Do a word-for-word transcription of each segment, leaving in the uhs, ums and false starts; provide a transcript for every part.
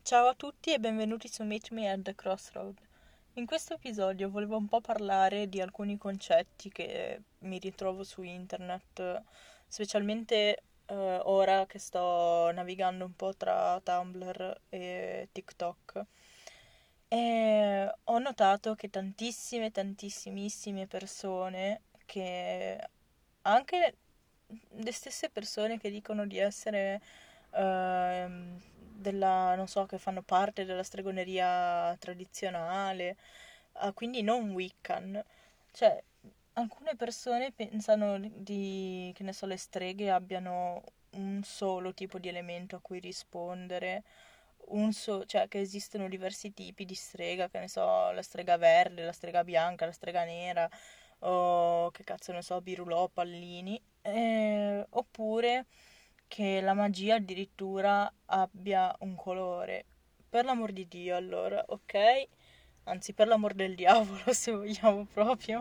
Ciao a tutti e benvenuti su Meet Me at the Crossroad. In questo episodio volevo un po' parlare di alcuni concetti che mi ritrovo su internet, specialmente eh, ora che sto navigando un po' tra Tumblr e TikTok. E ho notato che tantissime, tantissimissime persone, che anche le stesse persone che dicono di essere ehm, della, non so, che fanno parte della stregoneria tradizionale, ah, quindi non Wiccan. Cioè, alcune persone pensano di, che ne so, le streghe abbiano un solo tipo di elemento a cui rispondere, un so- cioè che esistono diversi tipi di strega, che ne so, la strega verde, la strega bianca, la strega nera, o che cazzo ne so, birulò, pallini, eh, oppure che la magia addirittura abbia un colore. Per l'amor di Dio, allora, ok? Anzi, per l'amor del diavolo, se vogliamo proprio.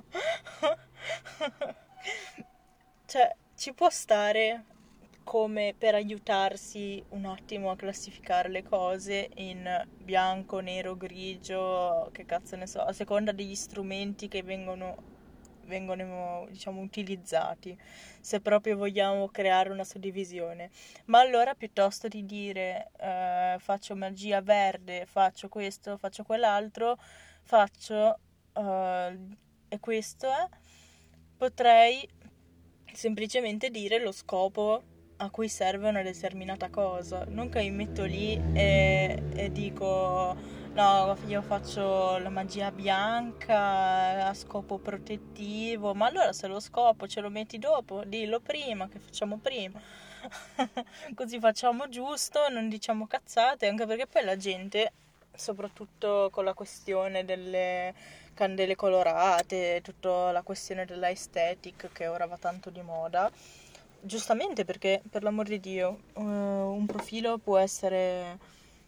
Cioè, ci può stare come per aiutarsi un attimo a classificare le cose in bianco, nero, grigio, che cazzo ne so, a seconda degli strumenti che vengono, vengono diciamo, utilizzati, se proprio vogliamo creare una suddivisione. Ma allora piuttosto di dire eh, faccio magia verde, faccio questo, faccio quell'altro, faccio eh, e questo è, potrei semplicemente dire lo scopo a cui serve una determinata cosa. Non che mi metto lì e, e dico no, io faccio la magia bianca a scopo protettivo, ma allora se lo scopo ce lo metti dopo, dillo prima, che facciamo prima. Così facciamo giusto, non diciamo cazzate, anche perché poi la gente, soprattutto con la questione delle candele colorate, tutta la questione dell'aesthetic che ora va tanto di moda, giustamente perché, per l'amor di Dio, eh, un profilo può essere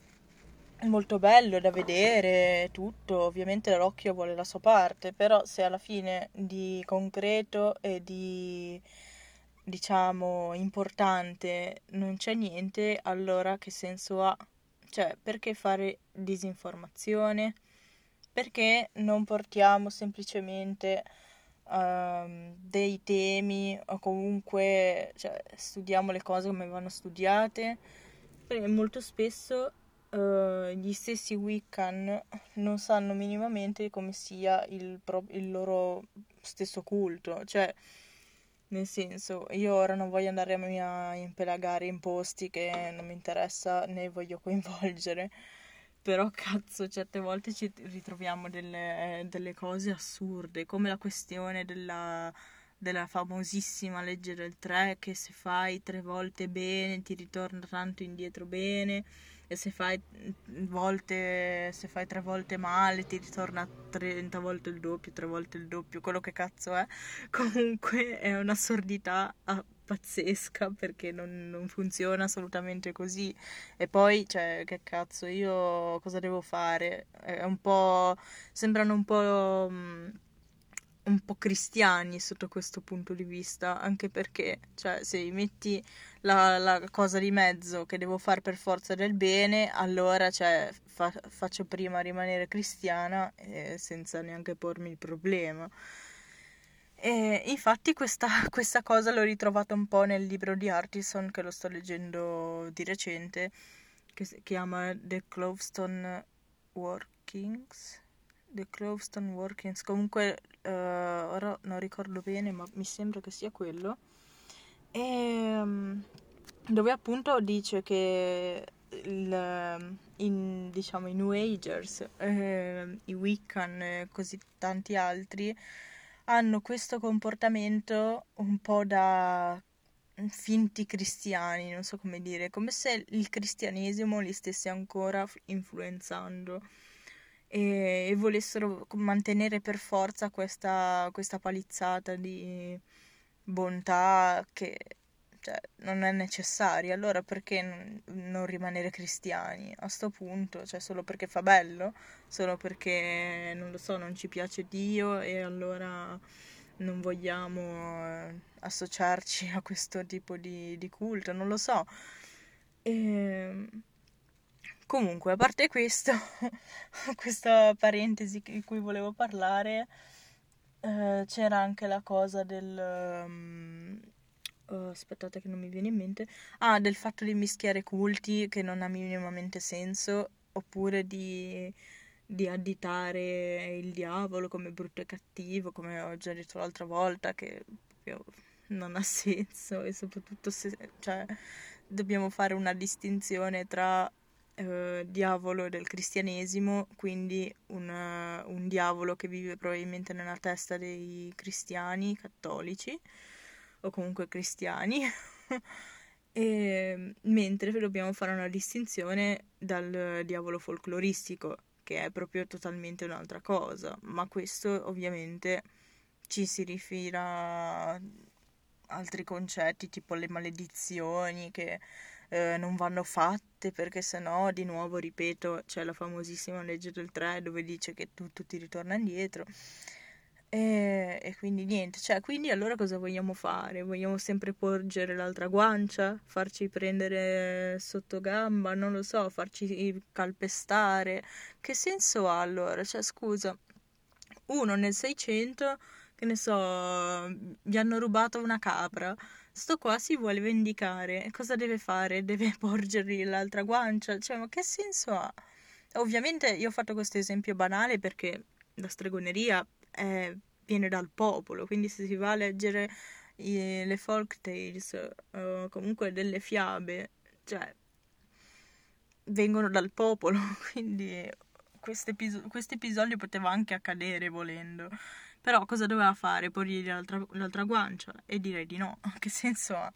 molto bello da vedere, tutto, ovviamente l'occhio vuole la sua parte, però se alla fine di concreto e di, diciamo, importante non c'è niente, allora che senso ha? Cioè, perché fare disinformazione? Perché non portiamo semplicemente ehm, dei temi o comunque cioè, studiamo le cose come vanno studiate? Perché molto spesso eh, gli stessi Wiccan non sanno minimamente come sia il, pro- il loro stesso culto, cioè nel senso io ora non voglio andare a, mi- a impelagare in posti che non mi interessa né voglio coinvolgere, però cazzo certe volte ci ritroviamo delle, delle cose assurde, come la questione della della famosissima legge del tre, che se fai tre volte bene ti ritorna tanto indietro bene, e se fai volte, se fai tre volte male ti ritorna trenta volte il doppio, tre volte il doppio, quello che cazzo è. Comunque è un'assurdità ah, pazzesca, perché non, non funziona assolutamente così. E poi, cioè, che cazzo, io cosa devo fare? È un po'... sembrano un po'... mh, un po' cristiani sotto questo punto di vista, anche perché, cioè, se mi metti la, la cosa di mezzo che devo fare per forza del bene, allora, cioè, fa- faccio prima rimanere cristiana eh, senza neanche pormi il problema. E infatti questa, questa cosa l'ho ritrovata un po' nel libro di Artisan che lo sto leggendo di recente, che si chiama The Clovestone Workings. The Clovestone Workings, comunque eh, ora non ricordo bene, ma mi sembra che sia quello. E, mm, dove appunto dice che il, in, diciamo, i New Agers, eh, i Wiccan e così tanti altri hanno questo comportamento un po' da finti cristiani, non so come dire, come se il cristianesimo li stesse ancora f- influenzando e, e volessero mantenere per forza questa, questa palizzata di bontà che cioè, non è necessaria. Allora perché non, non rimanere cristiani? A sto punto, cioè solo perché fa bello, solo perché non lo so, non ci piace Dio e allora non vogliamo eh, associarci a questo tipo di, di culto, non lo so. E Comunque, a parte questo, questa parentesi di cui volevo parlare, eh, c'era anche la cosa del... um, oh, aspettate che non mi viene in mente. Ah, del fatto di mischiare culti che non ha minimamente senso, oppure di, di additare il diavolo come brutto e cattivo, come ho già detto l'altra volta, che proprio non ha senso, e soprattutto se, cioè, dobbiamo fare una distinzione tra eh, diavolo del cristianesimo, quindi un, eh, un diavolo che vive probabilmente nella testa dei cristiani cattolici o comunque cristiani, e, mentre dobbiamo fare una distinzione dal diavolo folcloristico, che è proprio totalmente un'altra cosa, ma questo ovviamente ci si rifila a altri concetti tipo le maledizioni che eh, non vanno fatte perché sennò di nuovo, ripeto, c'è la famosissima legge del tre dove dice che tutto ti ritorna indietro. E, e quindi niente, cioè, quindi allora cosa vogliamo fare? Vogliamo sempre porgere l'altra guancia? Farci prendere sotto gamba? Non lo so, farci calpestare? Che senso ha allora? Cioè, scusa, uno nel seicento, che ne so, gli hanno rubato una capra. Sto qua si vuole vendicare. E cosa deve fare? Deve porgergli l'altra guancia? Cioè, ma che senso ha? Ovviamente io ho fatto questo esempio banale perché la stregoneria è- viene dal popolo, quindi se si va a leggere i- le folk tales, o comunque delle fiabe, cioè vengono dal popolo, quindi questo episodio poteva anche accadere volendo. Però cosa doveva fare? Porgli l'altra, l'altra guancia? E direi di no, che senso ha?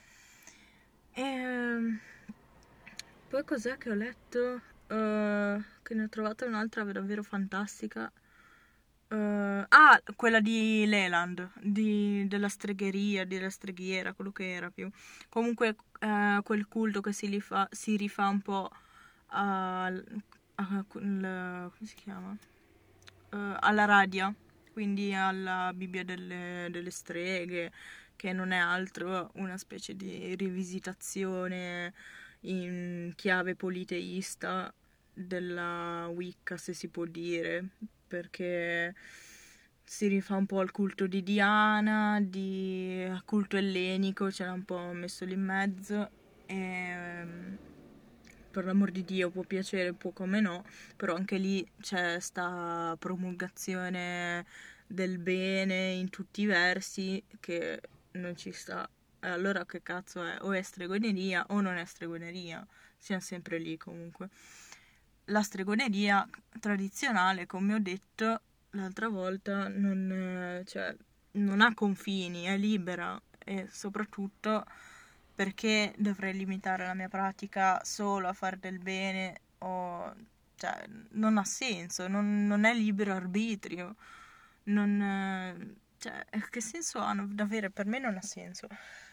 E poi cos'è che ho letto? Eh, che ne ho trovata un'altra davvero fantastica. Eh, ah, quella di Leland, di- della stregheria, della streghiera, quello che era più. Comunque, eh, quel culto che si, rifà, si rifà un po' al, a quel- come si chiama? Eh, alla Radia, quindi alla Bibbia delle, delle streghe, che non è altro una specie di rivisitazione in chiave politeista della Wicca, se si può dire, perché si rifà un po' al culto di Diana, di al culto ellenico, ce l'ha un po' messo lì in mezzo, e per l'amor di Dio può piacere, può come no, però anche lì c'è sta promulgazione del bene in tutti i versi che non ci sta. E allora che cazzo è? O è stregoneria o non è stregoneria, siamo sempre lì comunque. La stregoneria tradizionale, come ho detto l'altra volta, non, eh, cioè, non ha confini, è libera, e soprattutto perché dovrei limitare la mia pratica solo a fare del bene, o cioè non ha senso, non, non è libero arbitrio, non, eh, cioè, che senso ha? Davvero, per me non ha senso.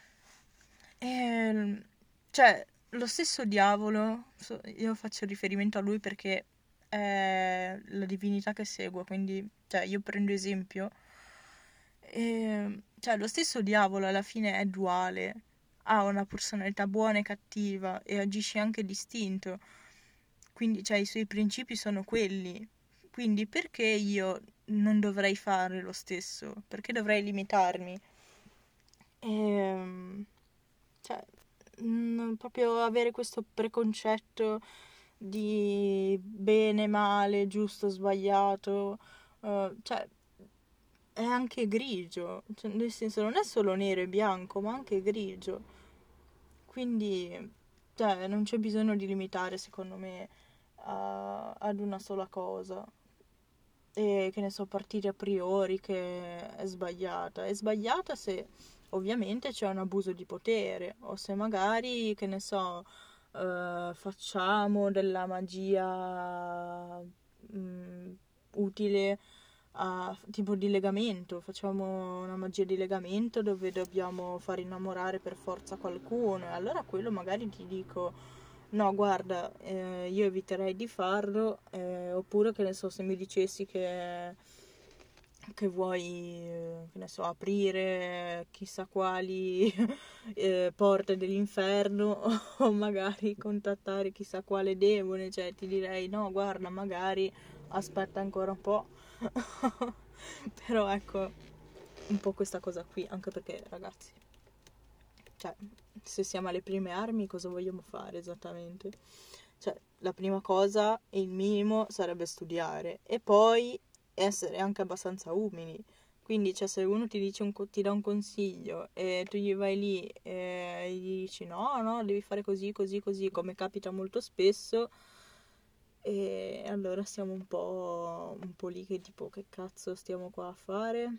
E, cioè, lo stesso diavolo, so- io faccio riferimento a lui perché è la divinità che seguo, quindi, cioè, io prendo esempio. E, cioè, lo stesso diavolo alla fine è duale, ha una personalità buona e cattiva e agisce anche distinto. Quindi, cioè, i suoi principi sono quelli. Quindi, perché io non dovrei fare lo stesso? Perché dovrei limitarmi? Ehm, cioè, mm, proprio avere questo preconcetto di bene, male, giusto, sbagliato, eh, cioè, è anche grigio, cioè, nel senso non è solo nero e bianco, ma anche grigio. Quindi, cioè, non c'è bisogno di limitare, secondo me, a- ad una sola cosa. E che ne so, partire a priori che è sbagliata. È sbagliata se ovviamente c'è un abuso di potere o se magari, che ne so, eh, facciamo della magia mm, utile a tipo di legamento, facciamo una magia di legamento dove dobbiamo far innamorare per forza qualcuno e allora quello magari ti dico no, guarda, eh, io eviterei di farlo, eh, oppure che ne so, se mi dicessi che che vuoi, eh, che ne so, aprire chissà quali eh, porte dell'inferno o magari contattare chissà quale demone, cioè ti direi no, guarda, magari aspetta ancora un po'. Però ecco, un po' questa cosa qui, anche perché ragazzi, cioè, se siamo alle prime armi cosa vogliamo fare esattamente? Cioè, la prima cosa e il minimo sarebbe studiare e poi essere anche abbastanza umili. Quindi, cioè, se uno ti dice un co- ti dà un consiglio e tu gli vai lì e gli dici no, no, devi fare così, così, così, come capita molto spesso, e allora siamo un po', un po' lì che tipo, che cazzo stiamo qua a fare?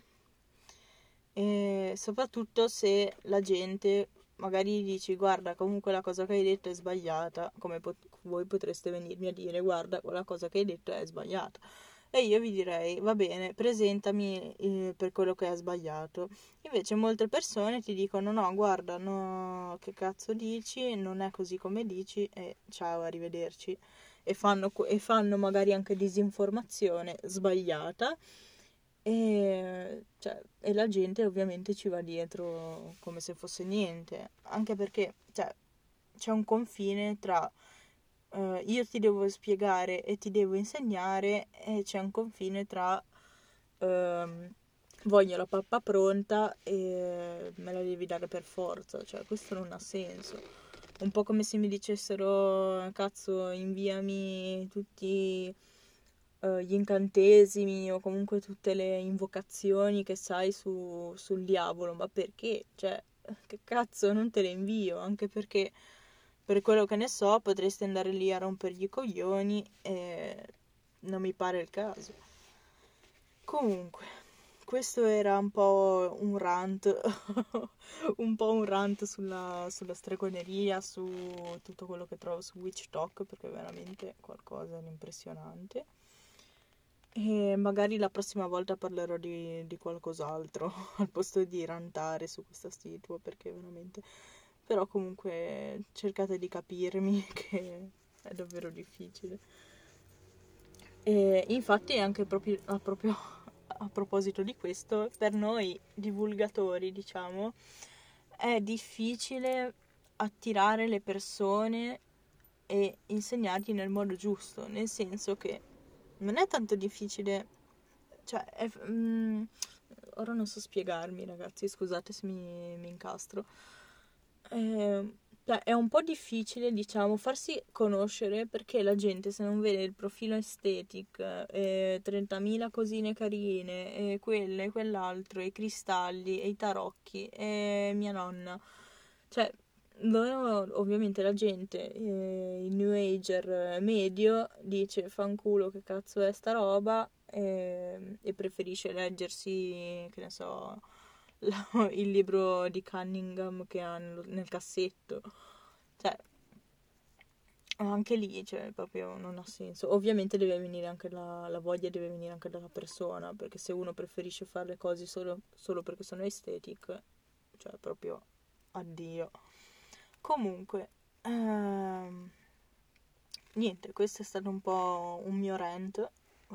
E soprattutto se la gente magari gli dici guarda comunque la cosa che hai detto è sbagliata, come pot- voi potreste venirmi a dire guarda quella cosa che hai detto è sbagliata. E io vi direi va bene, presentami eh, per quello che è sbagliato. Invece molte persone ti dicono no guarda no che cazzo dici, non è così come dici e ciao arrivederci. E fanno, e fanno magari anche disinformazione sbagliata e, cioè, e la gente ovviamente ci va dietro come se fosse niente, anche perché cioè, c'è un confine tra eh, io ti devo spiegare e ti devo insegnare e c'è un confine tra ehm, voglio la pappa pronta e me la devi dare per forza, cioè questo non ha senso. Un po' come se mi dicessero, cazzo, inviami tutti eh, gli incantesimi o comunque tutte le invocazioni che sai su, sul diavolo, ma perché? Cioè, che cazzo, non te le invio, anche perché per quello che ne so potresti andare lì a rompergli i coglioni e non mi pare il caso. Comunque, questo era un po' un rant, un po' un rant sulla, sulla stregoneria, su tutto quello che trovo su Witch Talk, perché è veramente qualcosa di impressionante. E magari la prossima volta parlerò di, di qualcos'altro, al posto di rantare su questa situa, perché veramente... Però comunque cercate di capirmi che è davvero difficile. E infatti anche proprio, a, proprio a proposito di questo, per noi divulgatori, diciamo, è difficile attirare le persone e insegnargli nel modo giusto, nel senso che non è tanto difficile, cioè, è, mm, ora non so spiegarmi, ragazzi, scusate se mi, mi incastro. Eh, cioè, è un po' difficile, diciamo, farsi conoscere perché la gente se non vede il profilo estetic, eh, trentamila cosine carine, e quelle, e quell'altro, e i cristalli, e i tarocchi, e mia nonna. Cioè, loro, ovviamente la gente, eh, il new ager medio, dice fanculo che cazzo è sta roba e, e preferisce leggersi, che ne so, la- il libro di Cunningham che ha nel, nel cassetto. Cioè, anche lì, cioè, proprio non ha senso. Ovviamente deve venire anche la, la voglia, deve venire anche dalla persona, perché se uno preferisce fare le cose solo, solo perché sono aesthetic, cioè, proprio addio. Comunque, ehm, niente, questo è stato un po' un mio rant.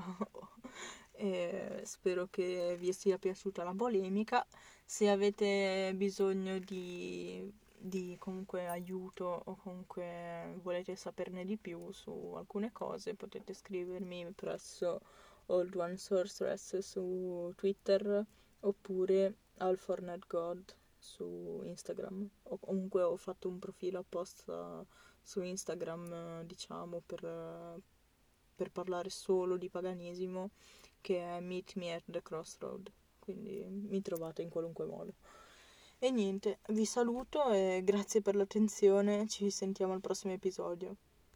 E spero che vi sia piaciuta la polemica. Se avete bisogno di, di comunque aiuto o comunque volete saperne di più su alcune cose, potete scrivermi presso Old One Sorceress su Twitter oppure al Fortnite God su Instagram. O comunque ho fatto un profilo apposta su Instagram, eh, diciamo, per, eh, per parlare solo di paganesimo, che è Meet Me at the Crossroad, quindi mi trovate in qualunque modo. E niente, vi saluto e grazie per l'attenzione, ci sentiamo al prossimo episodio.